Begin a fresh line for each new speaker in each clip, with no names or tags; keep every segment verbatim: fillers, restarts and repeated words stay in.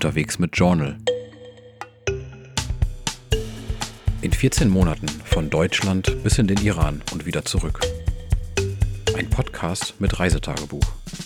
Unterwegs mit Journal. In vierzehn Monaten von Deutschland bis in den Iran und wieder zurück. Ein Podcast mit Reisetagebuch.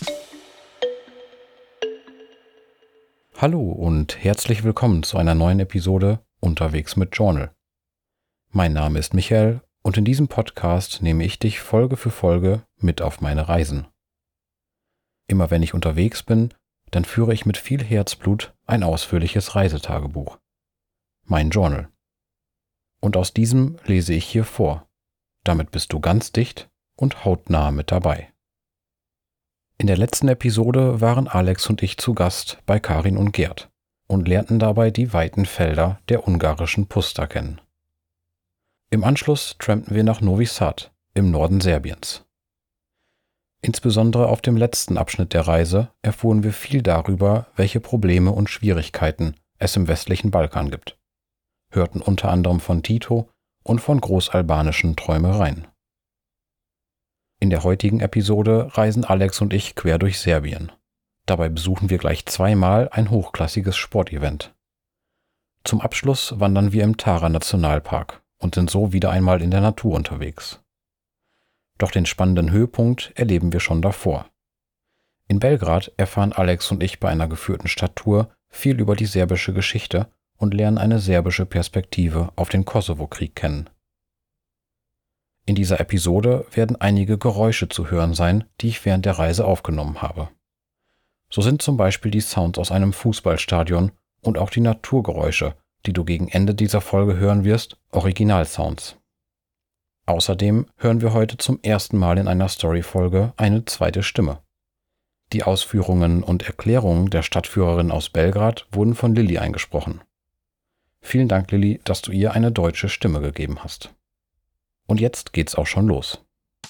Hallo und herzlich willkommen zu einer neuen Episode Unterwegs mit Journal. Mein Name ist Michael und in diesem Podcast nehme ich dich Folge für Folge mit auf meine Reisen. Immer wenn ich unterwegs bin, dann führe ich mit viel Herzblut ein ausführliches Reisetagebuch. Mein Journal. Und aus diesem lese ich hier vor. Damit bist du ganz dicht und hautnah mit dabei. In der letzten Episode waren Alex und ich zu Gast bei Karin und Gerd und lernten dabei die weiten Felder der ungarischen Puszta kennen. Im Anschluss trampten wir nach Novi Sad im Norden Serbiens. Insbesondere auf dem letzten Abschnitt der Reise erfuhren wir viel darüber, welche Probleme und Schwierigkeiten es im westlichen Balkan gibt, hörten unter anderem von Tito und von großalbanischen Träumereien. In der heutigen Episode reisen Alex und ich quer durch Serbien. Dabei besuchen wir gleich zweimal ein hochklassiges Sportevent. Zum Abschluss wandern wir im Tara-Nationalpark und sind so wieder einmal in der Natur unterwegs. Doch den spannenden Höhepunkt erleben wir schon davor. In Belgrad erfahren Alex und ich bei einer geführten Stadttour viel über die serbische Geschichte und lernen eine serbische Perspektive auf den Kosovo-Krieg kennen. In dieser Episode werden einige Geräusche zu hören sein, die ich während der Reise aufgenommen habe. So sind zum Beispiel die Sounds aus einem Fußballstadion und auch die Naturgeräusche, die du gegen Ende dieser Folge hören wirst, Originalsounds. Außerdem hören wir heute zum ersten Mal in einer Story-Folge eine zweite Stimme. Die Ausführungen und Erklärungen der Stadtführerin aus Belgrad wurden von Lilly eingesprochen. Vielen Dank, Lilly, dass du ihr eine deutsche Stimme gegeben hast. Und jetzt geht's auch schon los.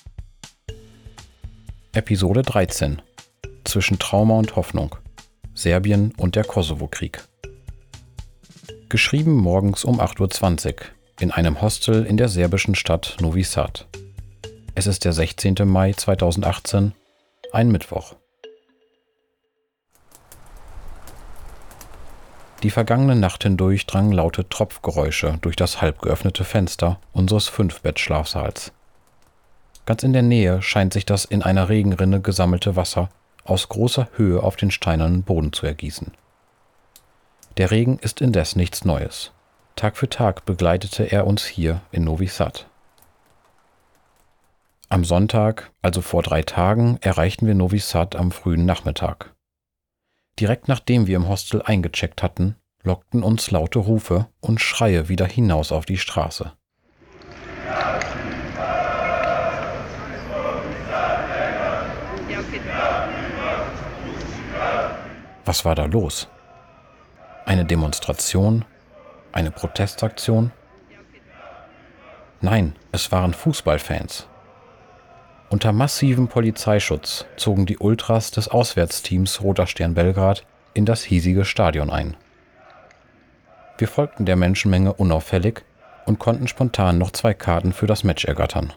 Episode dreizehn. Zwischen Trauma und Hoffnung. Serbien und der Kosovo-Krieg. Geschrieben morgens um acht Uhr zwanzig. In einem Hostel in der serbischen Stadt Novi Sad. Es ist der sechzehnten Mai zweitausendachtzehn, ein Mittwoch. Die vergangene Nacht hindurch drangen laute Tropfgeräusche durch das halb geöffnete Fenster unseres Fünf-Bett-Schlafsaals. Ganz in der Nähe scheint sich das in einer Regenrinne gesammelte Wasser aus großer Höhe auf den steinernen Boden zu ergießen. Der Regen ist indes nichts Neues. Tag für Tag begleitete er uns hier in Novi Sad. Am Sonntag, also vor drei Tagen, erreichten wir Novi Sad am frühen Nachmittag. Direkt nachdem wir im Hostel eingecheckt hatten, lockten uns laute Rufe und Schreie wieder hinaus auf die Straße. Was war da los? Eine Demonstration? Eine Protestaktion? Nein, es waren Fußballfans. Unter massivem Polizeischutz zogen die Ultras des Auswärtsteams Roter Stern Belgrad in das hiesige Stadion ein. Wir folgten der Menschenmenge unauffällig und konnten spontan noch zwei Karten für das Match ergattern.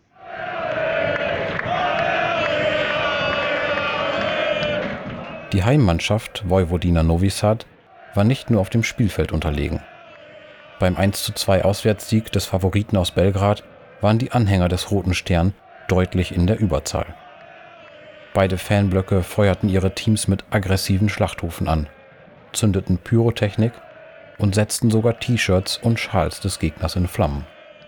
Die Heimmannschaft Vojvodina Novi Sad war nicht nur auf dem Spielfeld unterlegen. Beim eins zu zwei Auswärtssieg des Favoriten aus Belgrad waren die Anhänger des Roten Stern deutlich in der Überzahl. Beide Fanblöcke feuerten ihre Teams mit aggressiven Schlachtrufen an, zündeten Pyrotechnik und setzten sogar T-Shirts und Schals des Gegners in Flammen.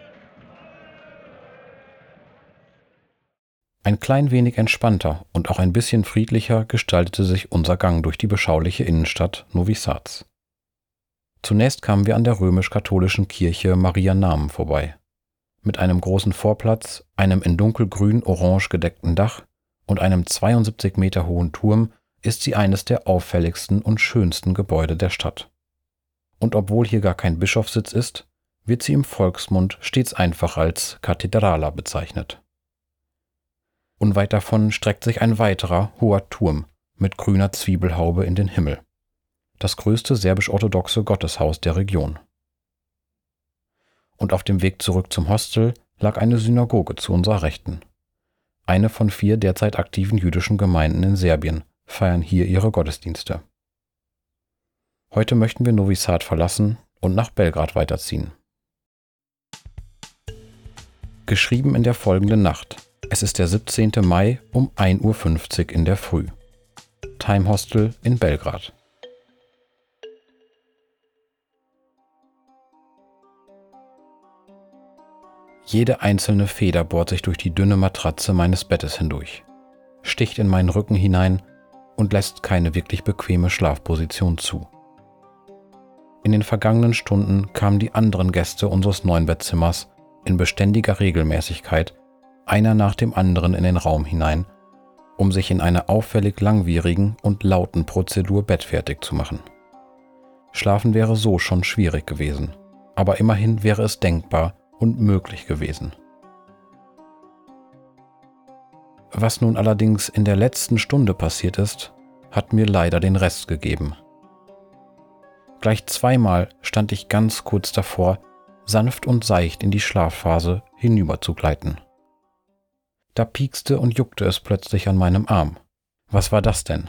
Ein klein wenig entspannter und auch ein bisschen friedlicher gestaltete sich unser Gang durch die beschauliche Innenstadt Novi Sads. Zunächst kamen wir an der römisch-katholischen Kirche Maria Namen vorbei. Mit einem großen Vorplatz, einem in dunkelgrün-orange gedeckten Dach und einem zweiundsiebzig Meter hohen Turm ist sie eines der auffälligsten und schönsten Gebäude der Stadt. Und obwohl hier gar kein Bischofssitz ist, wird sie im Volksmund stets einfach als Kathedrala bezeichnet. Unweit davon streckt sich ein weiterer, hoher Turm mit grüner Zwiebelhaube in den Himmel. Das größte serbisch-orthodoxe Gotteshaus der Region. Und auf dem Weg zurück zum Hostel lag eine Synagoge zu unserer Rechten. Eine von vier derzeit aktiven jüdischen Gemeinden in Serbien feiern hier ihre Gottesdienste. Heute möchten wir Novi Sad verlassen und nach Belgrad weiterziehen. Geschrieben in der folgenden Nacht. Es ist der siebzehnten Mai um ein Uhr fünfzig in der Früh. Time Hostel in Belgrad. Jede einzelne Feder bohrt sich durch die dünne Matratze meines Bettes hindurch, sticht in meinen Rücken hinein und lässt keine wirklich bequeme Schlafposition zu. In den vergangenen Stunden kamen die anderen Gäste unseres neuen Bettzimmers in beständiger Regelmäßigkeit, einer nach dem anderen in den Raum hinein, um sich in einer auffällig langwierigen und lauten Prozedur bettfertig zu machen. Schlafen wäre so schon schwierig gewesen, aber immerhin wäre es denkbar und möglich gewesen. Was nun allerdings in der letzten Stunde passiert ist, hat mir leider den Rest gegeben. Gleich zweimal stand ich ganz kurz davor, sanft und seicht in die Schlafphase hinüberzugleiten. Da piekste und juckte es plötzlich an meinem Arm. Was war das denn?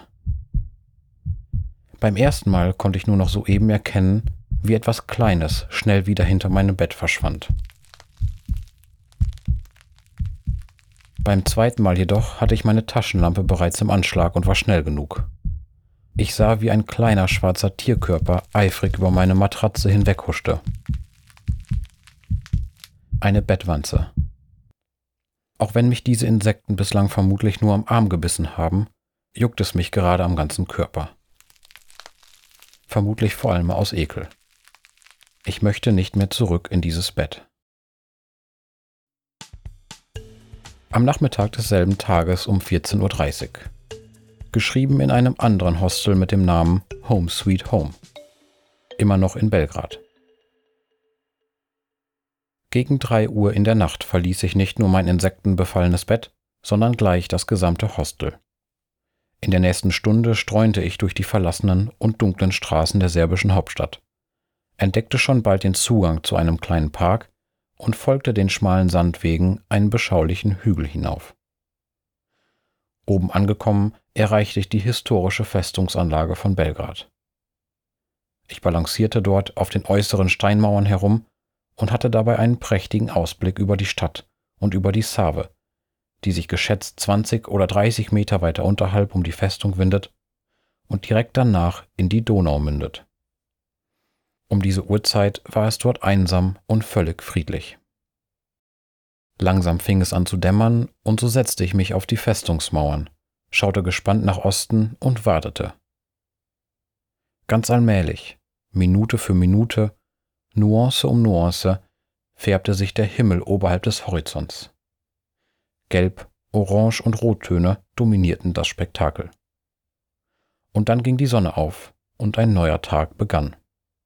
Beim ersten Mal konnte ich nur noch soeben erkennen, wie etwas Kleines schnell wieder hinter meinem Bett verschwand. Beim zweiten Mal jedoch hatte ich meine Taschenlampe bereits im Anschlag und war schnell genug. Ich sah, wie ein kleiner schwarzer Tierkörper eifrig über meine Matratze hinweghuschte. Eine Bettwanze. Auch wenn mich diese Insekten bislang vermutlich nur am Arm gebissen haben, juckt es mich gerade am ganzen Körper. Vermutlich vor allem aus Ekel. Ich möchte nicht mehr zurück in dieses Bett. Am Nachmittag desselben Tages um vierzehn Uhr dreißig. Geschrieben in einem anderen Hostel mit dem Namen Home Sweet Home. Immer noch in Belgrad. Gegen drei Uhr in der Nacht verließ ich nicht nur mein insektenbefallenes Bett, sondern gleich das gesamte Hostel. In der nächsten Stunde streunte ich durch die verlassenen und dunklen Straßen der serbischen Hauptstadt, entdeckte schon bald den Zugang zu einem kleinen Park und folgte den schmalen Sandwegen einen beschaulichen Hügel hinauf. Oben angekommen, erreichte ich die historische Festungsanlage von Belgrad. Ich balancierte dort auf den äußeren Steinmauern herum und hatte dabei einen prächtigen Ausblick über die Stadt und über die Save, die sich geschätzt zwanzig oder dreißig Meter weiter unterhalb um die Festung windet und direkt danach in die Donau mündet. Um diese Uhrzeit war es dort einsam und völlig friedlich. Langsam fing es an zu dämmern, und so setzte ich mich auf die Festungsmauern, schaute gespannt nach Osten und wartete. Ganz allmählich, Minute für Minute, Nuance um Nuance, färbte sich der Himmel oberhalb des Horizonts. Gelb, Orange und Rottöne dominierten das Spektakel. Und dann ging die Sonne auf und ein neuer Tag begann.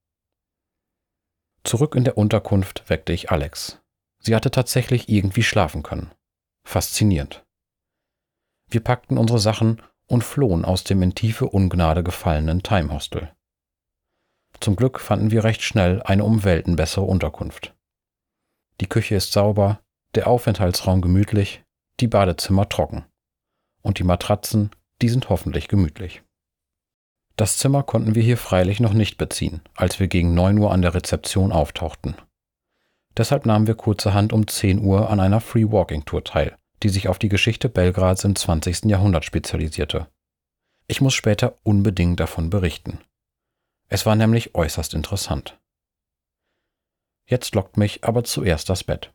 Zurück in der Unterkunft weckte ich Alex. Sie hatte tatsächlich irgendwie schlafen können. Faszinierend. Wir packten unsere Sachen und flohen aus dem in tiefe Ungnade gefallenen Time Hostel. Zum Glück fanden wir recht schnell eine um Welten bessere Unterkunft. Die Küche ist sauber, der Aufenthaltsraum gemütlich, die Badezimmer trocken. Und die Matratzen, die sind hoffentlich gemütlich. Das Zimmer konnten wir hier freilich noch nicht beziehen, als wir gegen neun Uhr an der Rezeption auftauchten. Deshalb nahmen wir kurzerhand um zehn Uhr an einer Free-Walking-Tour teil, die sich auf die Geschichte Belgrads im zwanzigsten Jahrhundert spezialisierte. Ich muss später unbedingt davon berichten. Es war nämlich äußerst interessant. Jetzt lockt mich aber zuerst das Bett.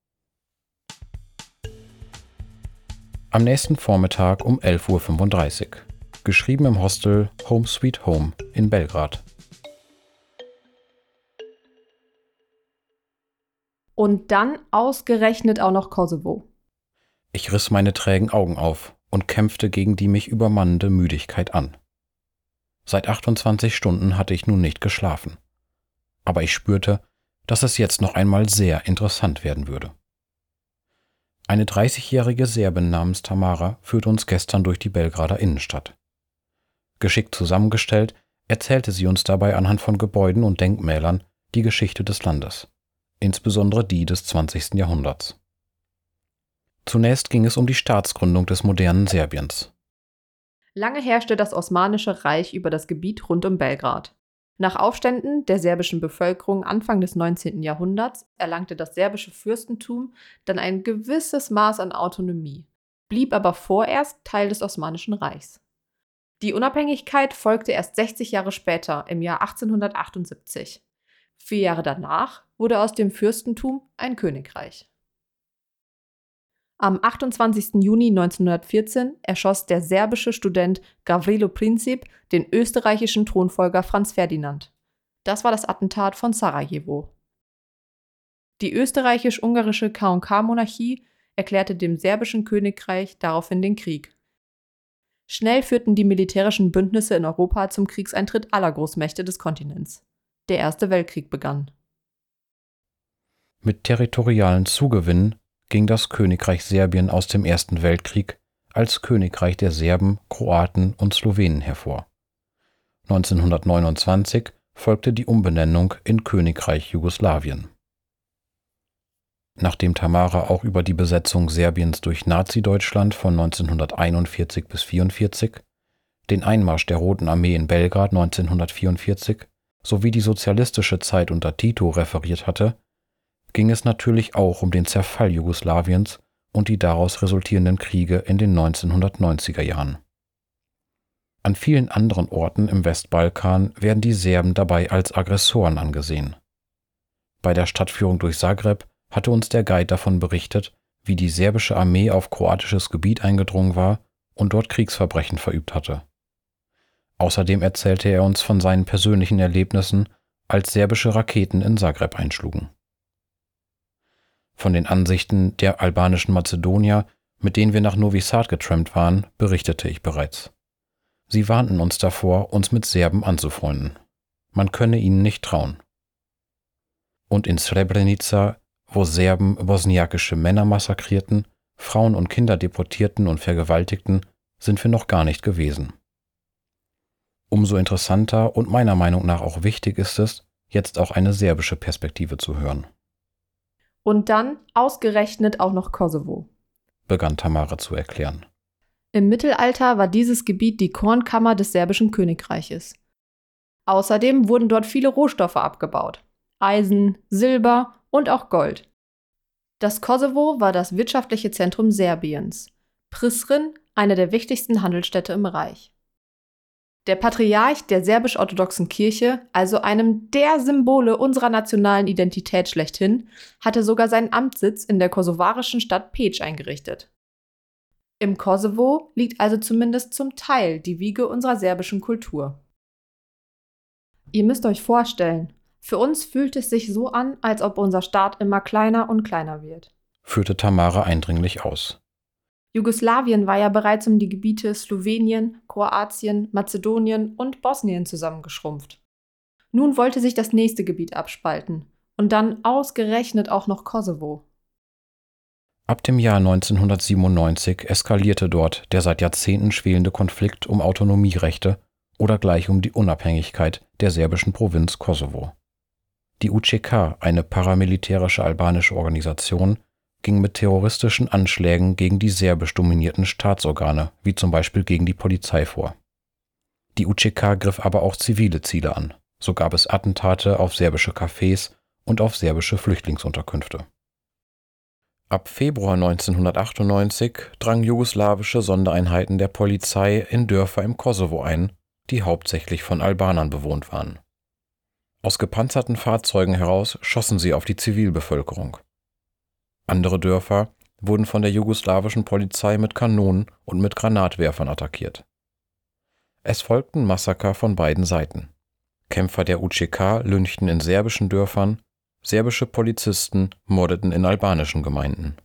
Am nächsten Vormittag um elf Uhr fünfunddreißig. Geschrieben im Hostel Home Sweet Home in Belgrad.
Und dann ausgerechnet auch noch Kosovo.
Ich riss meine trägen Augen auf und kämpfte gegen die mich übermannende Müdigkeit an. Seit achtundzwanzig Stunden hatte ich nun nicht geschlafen. Aber ich spürte, dass es jetzt noch einmal sehr interessant werden würde. Eine dreißigjährige Serbin namens Tamara führte uns gestern durch die Belgrader Innenstadt. Geschickt zusammengestellt, erzählte sie uns dabei anhand von Gebäuden und Denkmälern die Geschichte des Landes, insbesondere die des zwanzigsten Jahrhunderts. Zunächst ging es um die Staatsgründung des modernen Serbiens.
Lange herrschte das Osmanische Reich über das Gebiet rund um Belgrad. Nach Aufständen der serbischen Bevölkerung Anfang des neunzehnten Jahrhunderts erlangte das serbische Fürstentum dann ein gewisses Maß an Autonomie, blieb aber vorerst Teil des Osmanischen Reichs. Die Unabhängigkeit folgte erst sechzig Jahre später, im Jahr achtzehnhundertachtundsiebzig. Vier Jahre danach wurde aus dem Fürstentum ein Königreich. Am achtundzwanzigsten Juni neunzehnhundertvierzehn erschoss der serbische Student Gavrilo Princip den österreichischen Thronfolger Franz Ferdinand. Das war das Attentat von Sarajevo. Die österreichisch-ungarische K und K-Monarchie erklärte dem serbischen Königreich daraufhin den Krieg. Schnell führten die militärischen Bündnisse in Europa zum Kriegseintritt aller Großmächte des Kontinents. Der Erste Weltkrieg begann.
Mit territorialen Zugewinnen ging das Königreich Serbien aus dem Ersten Weltkrieg als Königreich der Serben, Kroaten und Slowenen hervor. neunzehnhundertneunundzwanzig folgte die Umbenennung in Königreich Jugoslawien. Nachdem Tamara auch über die Besetzung Serbiens durch Nazi-Deutschland von neunzehnhunderteinundvierzig bis vierundvierzig, den Einmarsch der Roten Armee in Belgrad neunzehnhundertvierundvierzig sowie die sozialistische Zeit unter Tito referiert hatte, ging es natürlich auch um den Zerfall Jugoslawiens und die daraus resultierenden Kriege in den neunzehnhundertneunziger Jahren. An vielen anderen Orten im Westbalkan werden die Serben dabei als Aggressoren angesehen. Bei der Stadtführung durch Zagreb hatte uns der Guide davon berichtet, wie die serbische Armee auf kroatisches Gebiet eingedrungen war und dort Kriegsverbrechen verübt hatte. Außerdem erzählte er uns von seinen persönlichen Erlebnissen, als serbische Raketen in Zagreb einschlugen. Von den Ansichten der albanischen Mazedonier, mit denen wir nach Novi Sad getrampt waren, berichtete ich bereits. Sie warnten uns davor, uns mit Serben anzufreunden. Man könne ihnen nicht trauen. Und in Srebrenica, wo Serben bosniakische Männer massakrierten, Frauen und Kinder deportierten und vergewaltigten, sind wir noch gar nicht gewesen. Umso interessanter und meiner Meinung nach auch wichtig ist es, jetzt auch eine serbische Perspektive zu hören.
Und dann ausgerechnet auch noch Kosovo,
begann Tamara zu erklären.
Im Mittelalter war dieses Gebiet die Kornkammer des serbischen Königreiches. Außerdem wurden dort viele Rohstoffe abgebaut: Eisen, Silber und auch Gold. Das Kosovo war das wirtschaftliche Zentrum Serbiens, Prizren eine der wichtigsten Handelsstädte im Reich. Der Patriarch der serbisch-orthodoxen Kirche, also einem der Symbole unserer nationalen Identität schlechthin, hatte sogar seinen Amtssitz in der kosovarischen Stadt Peć eingerichtet. Im Kosovo liegt also zumindest zum Teil die Wiege unserer serbischen Kultur. Ihr müsst euch vorstellen, für uns fühlt es sich so an, als ob unser Staat immer kleiner und kleiner wird,
führte Tamara eindringlich aus.
Jugoslawien war ja bereits um die Gebiete Slowenien, Kroatien, Mazedonien und Bosnien zusammengeschrumpft. Nun wollte sich das nächste Gebiet abspalten und dann ausgerechnet auch noch Kosovo.
Ab dem Jahr neunzehnhundertsiebenundneunzig eskalierte dort der seit Jahrzehnten schwelende Konflikt um Autonomierechte oder gleich um die Unabhängigkeit der serbischen Provinz Kosovo. Die U C K, eine paramilitärische albanische Organisation, ging mit terroristischen Anschlägen gegen die serbisch dominierten Staatsorgane, wie zum Beispiel gegen die Polizei, vor. Die U C K griff aber auch zivile Ziele an. So gab es Attentate auf serbische Cafés und auf serbische Flüchtlingsunterkünfte. Ab Februar neunzehnhundertachtundneunzig drangen jugoslawische Sondereinheiten der Polizei in Dörfer im Kosovo ein, die hauptsächlich von Albanern bewohnt waren. Aus gepanzerten Fahrzeugen heraus schossen sie auf die Zivilbevölkerung. Andere Dörfer wurden von der jugoslawischen Polizei mit Kanonen und mit Granatwerfern attackiert. Es folgten Massaker von beiden Seiten. Kämpfer der U C K lynchten in serbischen Dörfern, serbische Polizisten mordeten in albanischen Gemeinden.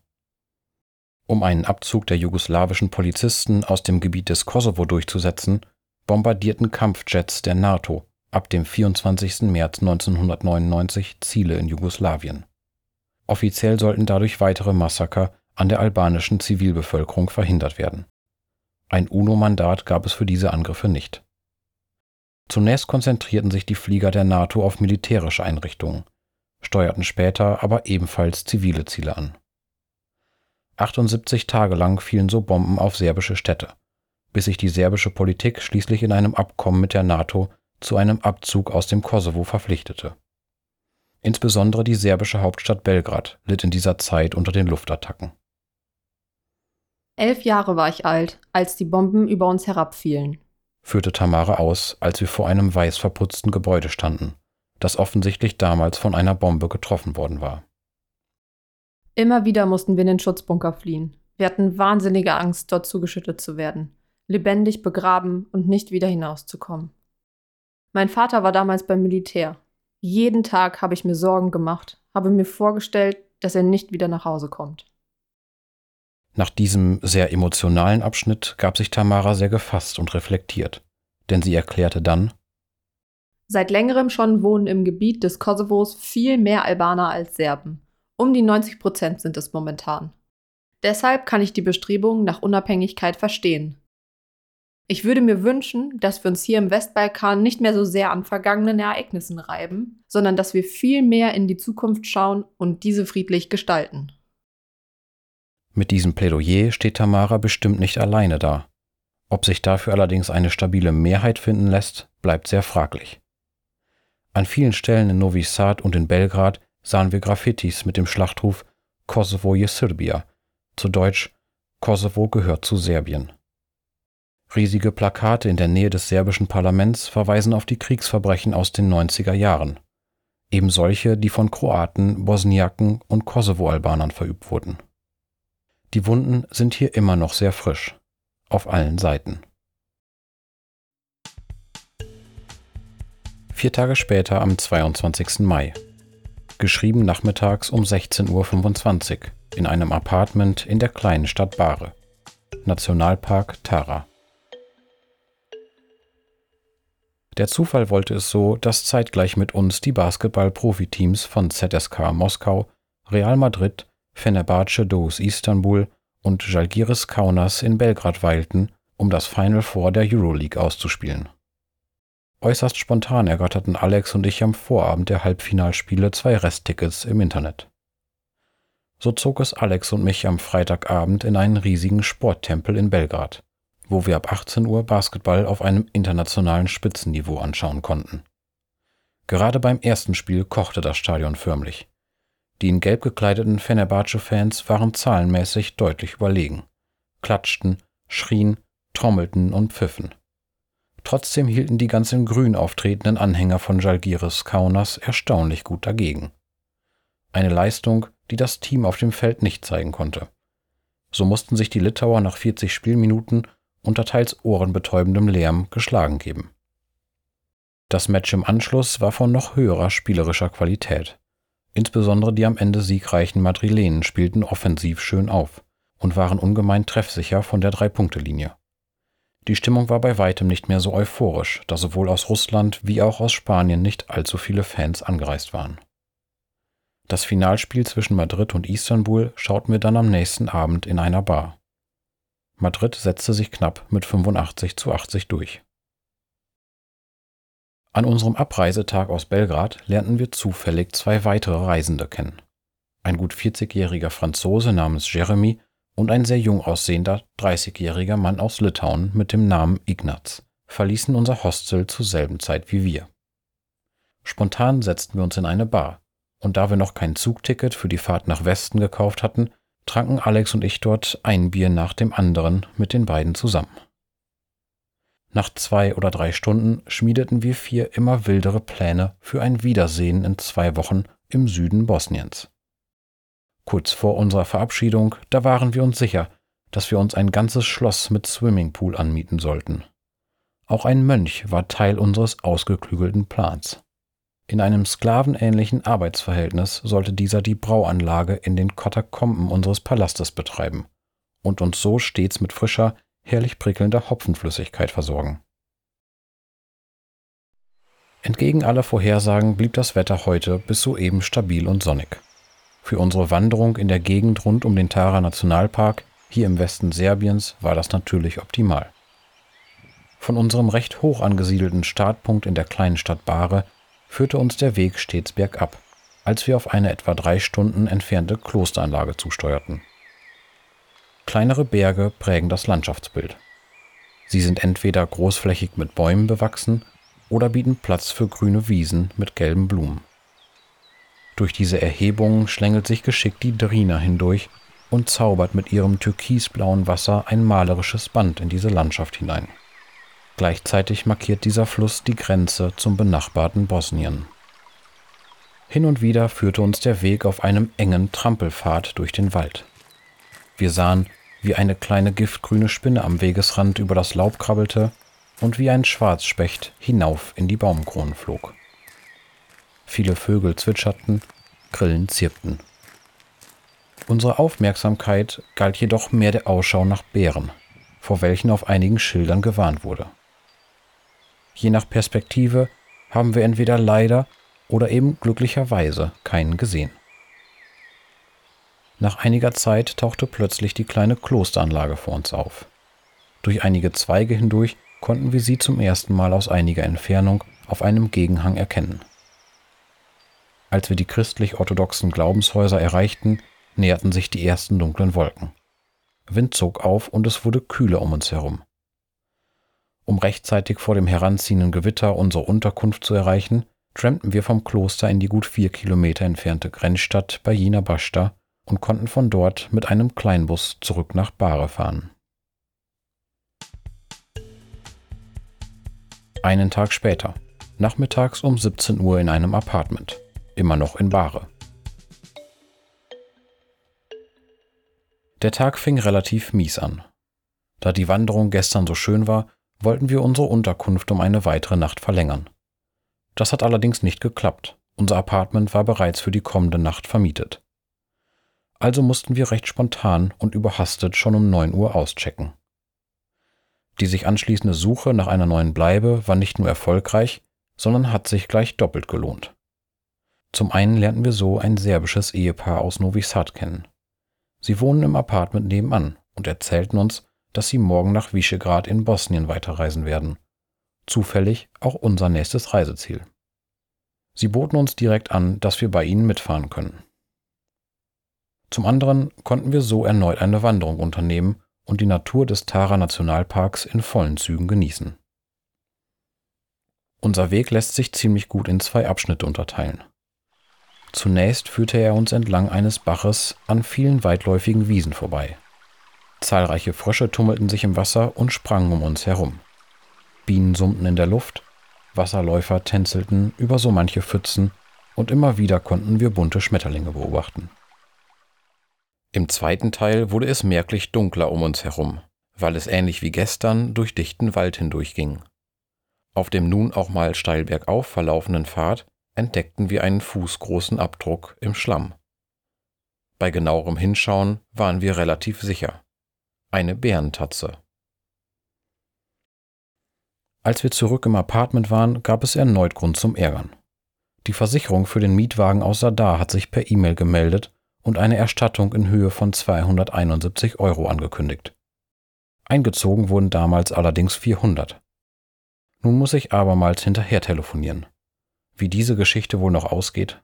Um einen Abzug der jugoslawischen Polizisten aus dem Gebiet des Kosovo durchzusetzen, bombardierten Kampfjets der NATO ab dem vierundzwanzigsten März neunzehnhundertneunundneunzig Ziele in Jugoslawien. Offiziell sollten dadurch weitere Massaker an der albanischen Zivilbevölkerung verhindert werden. Ein U N O-Mandat gab es für diese Angriffe nicht. Zunächst konzentrierten sich die Flieger der NATO auf militärische Einrichtungen, steuerten später aber ebenfalls zivile Ziele an. achtundsiebzig Tage lang fielen so Bomben auf serbische Städte, bis sich die serbische Politik schließlich in einem Abkommen mit der NATO zu einem Abzug aus dem Kosovo verpflichtete. Insbesondere die serbische Hauptstadt Belgrad litt in dieser Zeit unter den Luftattacken.
Elf Jahre war ich alt, als die Bomben über uns herabfielen,
führte Tamara aus, als wir vor einem weiß verputzten Gebäude standen, das offensichtlich damals von einer Bombe getroffen worden war.
Immer wieder mussten wir in den Schutzbunker fliehen. Wir hatten wahnsinnige Angst, dort zugeschüttet zu werden, lebendig begraben und nicht wieder hinauszukommen. Mein Vater war damals beim Militär. Jeden Tag habe ich mir Sorgen gemacht, habe mir vorgestellt, dass er nicht wieder nach Hause kommt.
Nach diesem sehr emotionalen Abschnitt gab sich Tamara sehr gefasst und reflektiert, denn sie erklärte dann:
Seit längerem schon wohnen im Gebiet des Kosovos viel mehr Albaner als Serben. Um die neunzig Prozent sind es momentan. Deshalb kann ich die Bestrebungen nach Unabhängigkeit verstehen. Ich würde mir wünschen, dass wir uns hier im Westbalkan nicht mehr so sehr an vergangenen Ereignissen reiben, sondern dass wir viel mehr in die Zukunft schauen und diese friedlich gestalten.
Mit diesem Plädoyer steht Tamara bestimmt nicht alleine da. Ob sich dafür allerdings eine stabile Mehrheit finden lässt, bleibt sehr fraglich. An vielen Stellen in Novi Sad und in Belgrad sahen wir Graffitis mit dem Schlachtruf Kosovo je Srbija, zu Deutsch Kosovo gehört zu Serbien. Riesige Plakate in der Nähe des serbischen Parlaments verweisen auf die Kriegsverbrechen aus den neunziger Jahren, eben solche, die von Kroaten, Bosniaken und Kosovo-Albanern verübt wurden. Die Wunden sind hier immer noch sehr frisch, auf allen Seiten. Vier Tage später, am zweiundzwanzigsten Mai. Geschrieben nachmittags um sechzehn Uhr fünfundzwanzig in einem Apartment in der kleinen Stadt Bare. Nationalpark Tara. Der Zufall wollte es so, dass zeitgleich mit uns die Basketball-Profiteams von Z S K Moskau, Real Madrid, Fenerbahce Doğuş Istanbul und Žalgiris Kaunas in Belgrad weilten, um das Final Four der Euroleague auszuspielen. Äußerst spontan ergatterten Alex und ich am Vorabend der Halbfinalspiele zwei Resttickets im Internet. So zog es Alex und mich am Freitagabend in einen riesigen Sporttempel in Belgrad, wo wir ab achtzehn Uhr Basketball auf einem internationalen Spitzenniveau anschauen konnten. Gerade beim ersten Spiel kochte das Stadion förmlich. Die in gelb gekleideten Fenerbahce-Fans waren zahlenmäßig deutlich überlegen, klatschten, schrien, trommelten und pfiffen. Trotzdem hielten die ganz in grün auftretenden Anhänger von Žalgiris Kaunas erstaunlich gut dagegen. Eine Leistung, die das Team auf dem Feld nicht zeigen konnte. So mussten sich die Litauer nach vierzig Spielminuten unter teils ohrenbetäubendem Lärm geschlagen geben. Das Match im Anschluss war von noch höherer spielerischer Qualität. Insbesondere die am Ende siegreichen Madrilenen spielten offensiv schön auf und waren ungemein treffsicher von der Drei-Punkte-Linie. Die Stimmung war bei weitem nicht mehr so euphorisch, da sowohl aus Russland wie auch aus Spanien nicht allzu viele Fans angereist waren. Das Finalspiel zwischen Madrid und Istanbul schauten wir dann am nächsten Abend in einer Bar. Madrid setzte sich knapp mit fünfundachtzig zu achtzig durch. An unserem Abreisetag aus Belgrad lernten wir zufällig zwei weitere Reisende kennen. Ein gut vierzigjähriger Franzose namens Jeremy und ein sehr jung aussehender dreißigjähriger Mann aus Litauen mit dem Namen Ignaz verließen unser Hostel zur selben Zeit wie wir. Spontan setzten wir uns in eine Bar, und da wir noch kein Zugticket für die Fahrt nach Westen gekauft hatten, tranken Alex und ich dort ein Bier nach dem anderen mit den beiden zusammen. Nach zwei oder drei Stunden schmiedeten wir vier immer wildere Pläne für ein Wiedersehen in zwei Wochen im Süden Bosniens. Kurz vor unserer Verabschiedung, da waren wir uns sicher, dass wir uns ein ganzes Schloss mit Swimmingpool anmieten sollten. Auch ein Mönch war Teil unseres ausgeklügelten Plans. In einem sklavenähnlichen Arbeitsverhältnis sollte dieser die Brauanlage in den Katakomben unseres Palastes betreiben und uns so stets mit frischer, herrlich prickelnder Hopfenflüssigkeit versorgen. Entgegen aller Vorhersagen blieb das Wetter heute bis soeben stabil und sonnig. Für unsere Wanderung in der Gegend rund um den Tara Nationalpark, hier im Westen Serbiens, war das natürlich optimal. Von unserem recht hoch angesiedelten Startpunkt in der kleinen Stadt Bare führte uns der Weg stets bergab, als wir auf eine etwa drei Stunden entfernte Klosteranlage zusteuerten. Kleinere Berge prägen das Landschaftsbild. Sie sind entweder großflächig mit Bäumen bewachsen oder bieten Platz für grüne Wiesen mit gelben Blumen. Durch diese Erhebungen schlängelt sich geschickt die Drina hindurch und zaubert mit ihrem türkisblauen Wasser ein malerisches Band in diese Landschaft hinein. Gleichzeitig markiert dieser Fluss die Grenze zum benachbarten Bosnien. Hin und wieder führte uns der Weg auf einem engen Trampelpfad durch den Wald. Wir sahen, wie eine kleine giftgrüne Spinne am Wegesrand über das Laub krabbelte und wie ein Schwarzspecht hinauf in die Baumkronen flog. Viele Vögel zwitscherten, Grillen zirpten. Unsere Aufmerksamkeit galt jedoch mehr der Ausschau nach Bären, vor welchen auf einigen Schildern gewarnt wurde. Je nach Perspektive haben wir entweder leider oder eben glücklicherweise keinen gesehen. Nach einiger Zeit tauchte plötzlich die kleine Klosteranlage vor uns auf. Durch einige Zweige hindurch konnten wir sie zum ersten Mal aus einiger Entfernung auf einem Gegenhang erkennen. Als wir die christlich-orthodoxen Glaubenshäuser erreichten, näherten sich die ersten dunklen Wolken. Wind zog auf und es wurde kühler um uns herum. Um rechtzeitig vor dem heranziehenden Gewitter unsere Unterkunft zu erreichen, trampten wir vom Kloster in die gut vier Kilometer entfernte Grenzstadt Bajina Bašta und konnten von dort mit einem Kleinbus zurück nach Bare fahren. Einen Tag später, nachmittags um siebzehn Uhr in einem Apartment, immer noch in Bare. Der Tag fing relativ mies an. Da die Wanderung gestern so schön war, wollten wir unsere Unterkunft um eine weitere Nacht verlängern. Das hat allerdings nicht geklappt. Unser Apartment war bereits für die kommende Nacht vermietet. Also mussten wir recht spontan und überhastet schon um neun Uhr auschecken. Die sich anschließende Suche nach einer neuen Bleibe war nicht nur erfolgreich, sondern hat sich gleich doppelt gelohnt. Zum einen lernten wir so ein serbisches Ehepaar aus Novi Sad kennen. Sie wohnen im Apartment nebenan und erzählten uns, dass sie morgen nach Visegrad in Bosnien weiterreisen werden. Zufällig auch unser nächstes Reiseziel. Sie boten uns direkt an, dass wir bei ihnen mitfahren können. Zum anderen konnten wir so erneut eine Wanderung unternehmen und die Natur des Tara-Nationalparks in vollen Zügen genießen. Unser Weg lässt sich ziemlich gut in zwei Abschnitte unterteilen. Zunächst führte er uns entlang eines Baches an vielen weitläufigen Wiesen vorbei. Zahlreiche Frösche tummelten sich im Wasser und sprangen um uns herum. Bienen summten in der Luft, Wasserläufer tänzelten über so manche Pfützen und immer wieder konnten wir bunte Schmetterlinge beobachten. Im zweiten Teil wurde es merklich dunkler um uns herum, weil es ähnlich wie gestern durch dichten Wald hindurchging. Auf dem nun auch mal steil bergauf verlaufenden Pfad entdeckten wir einen fußgroßen Abdruck im Schlamm. Bei genauerem Hinschauen waren wir relativ sicher. Eine Bärentatze. Als wir zurück im Apartment waren, gab es erneut Grund zum Ärgern. Die Versicherung für den Mietwagen aus Zadar hat sich per E-Mail gemeldet und eine Erstattung in Höhe von zweihunderteinundsiebzig Euro angekündigt. Eingezogen wurden damals allerdings vierhundert. Nun muss ich abermals hinterher telefonieren. Wie diese Geschichte wohl noch ausgeht?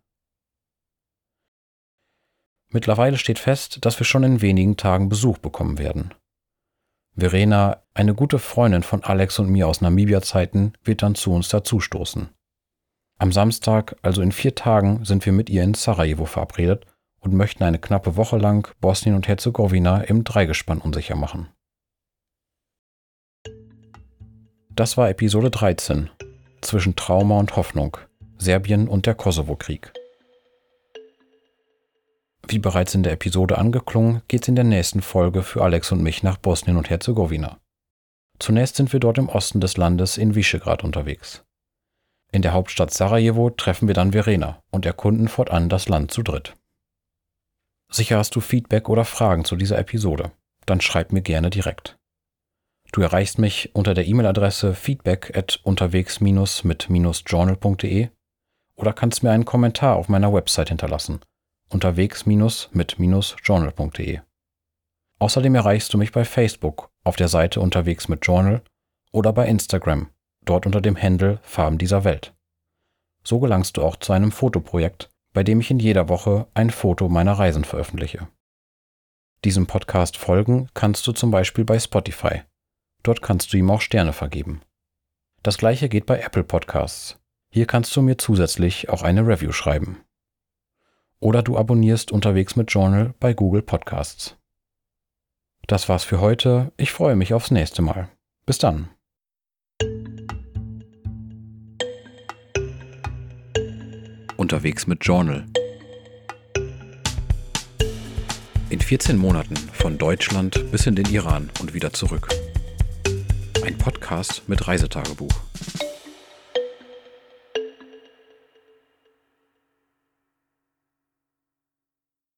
Mittlerweile steht fest, dass wir schon in wenigen Tagen Besuch bekommen werden. Verena, eine gute Freundin von Alex und mir aus Namibia-Zeiten, wird dann zu uns dazustoßen. Am Samstag, also in vier Tagen, sind wir mit ihr in Sarajevo verabredet und möchten eine knappe Woche lang Bosnien und Herzegowina im Dreigespann unsicher machen. Das war Episode dreizehn, zwischen Trauma und Hoffnung, Serbien und der Kosovo-Krieg. Wie bereits in der Episode angeklungen, geht es in der nächsten Folge für Alex und mich nach Bosnien und Herzegowina. Zunächst sind wir dort im Osten des Landes in Visegrad unterwegs. In der Hauptstadt Sarajevo treffen wir dann Verena und erkunden fortan das Land zu dritt. Sicher hast du Feedback oder Fragen zu dieser Episode? Dann schreib mir gerne direkt. Du erreichst mich unter der E-Mail-Adresse feedback at unterwegs mit journal punkt de oder kannst mir einen Kommentar auf meiner Website hinterlassen, unterwegs mit journal punkt de. Außerdem erreichst du mich bei Facebook auf der Seite Unterwegs mit Journal oder bei Instagram, dort unter dem Handle Farben dieser Welt. So gelangst du auch zu einem Fotoprojekt, bei dem ich in jeder Woche ein Foto meiner Reisen veröffentliche. Diesem Podcast folgen kannst du zum Beispiel bei Spotify. Dort kannst du ihm auch Sterne vergeben. Das gleiche geht bei Apple Podcasts. Hier kannst du mir zusätzlich auch eine Review schreiben. Oder du abonnierst Unterwegs mit Journal bei Google Podcasts. Das war's für heute. Ich freue mich aufs nächste Mal. Bis dann. Unterwegs mit Journal. In vierzehn Monaten von Deutschland bis in den Iran und wieder zurück. Ein Podcast mit Reisetagebuch.